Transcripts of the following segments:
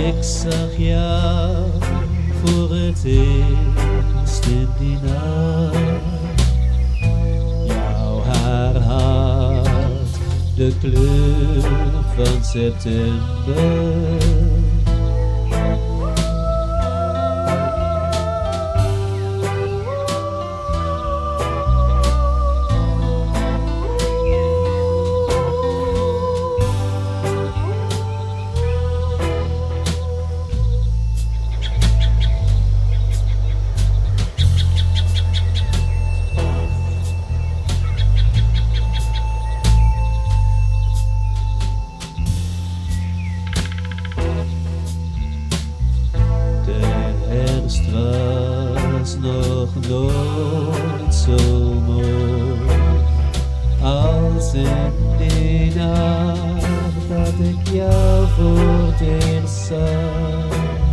Ik zag jou voor het eerst in die nacht. Jouw haar had de kleur van september. Was nog nooit zo mooi als in die nacht dat ik jou voor het eerst zag.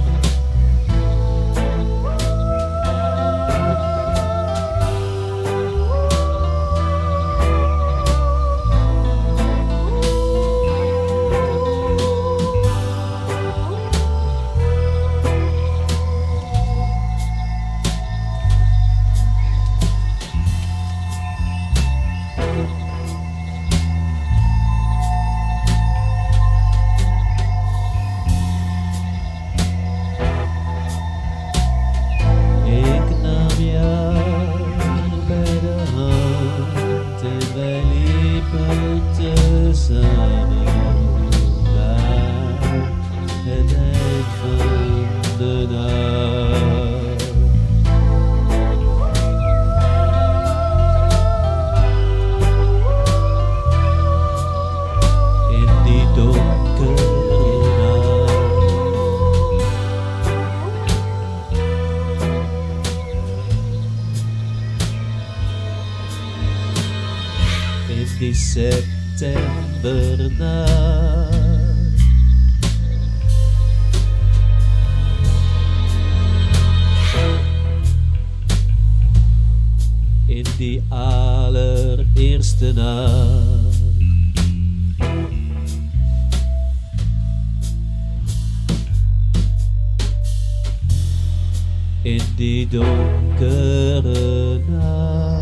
Samen naar het eind van de nacht. In die donkere nacht. In die septembernacht. In die allereerste nacht. In die donkere nacht.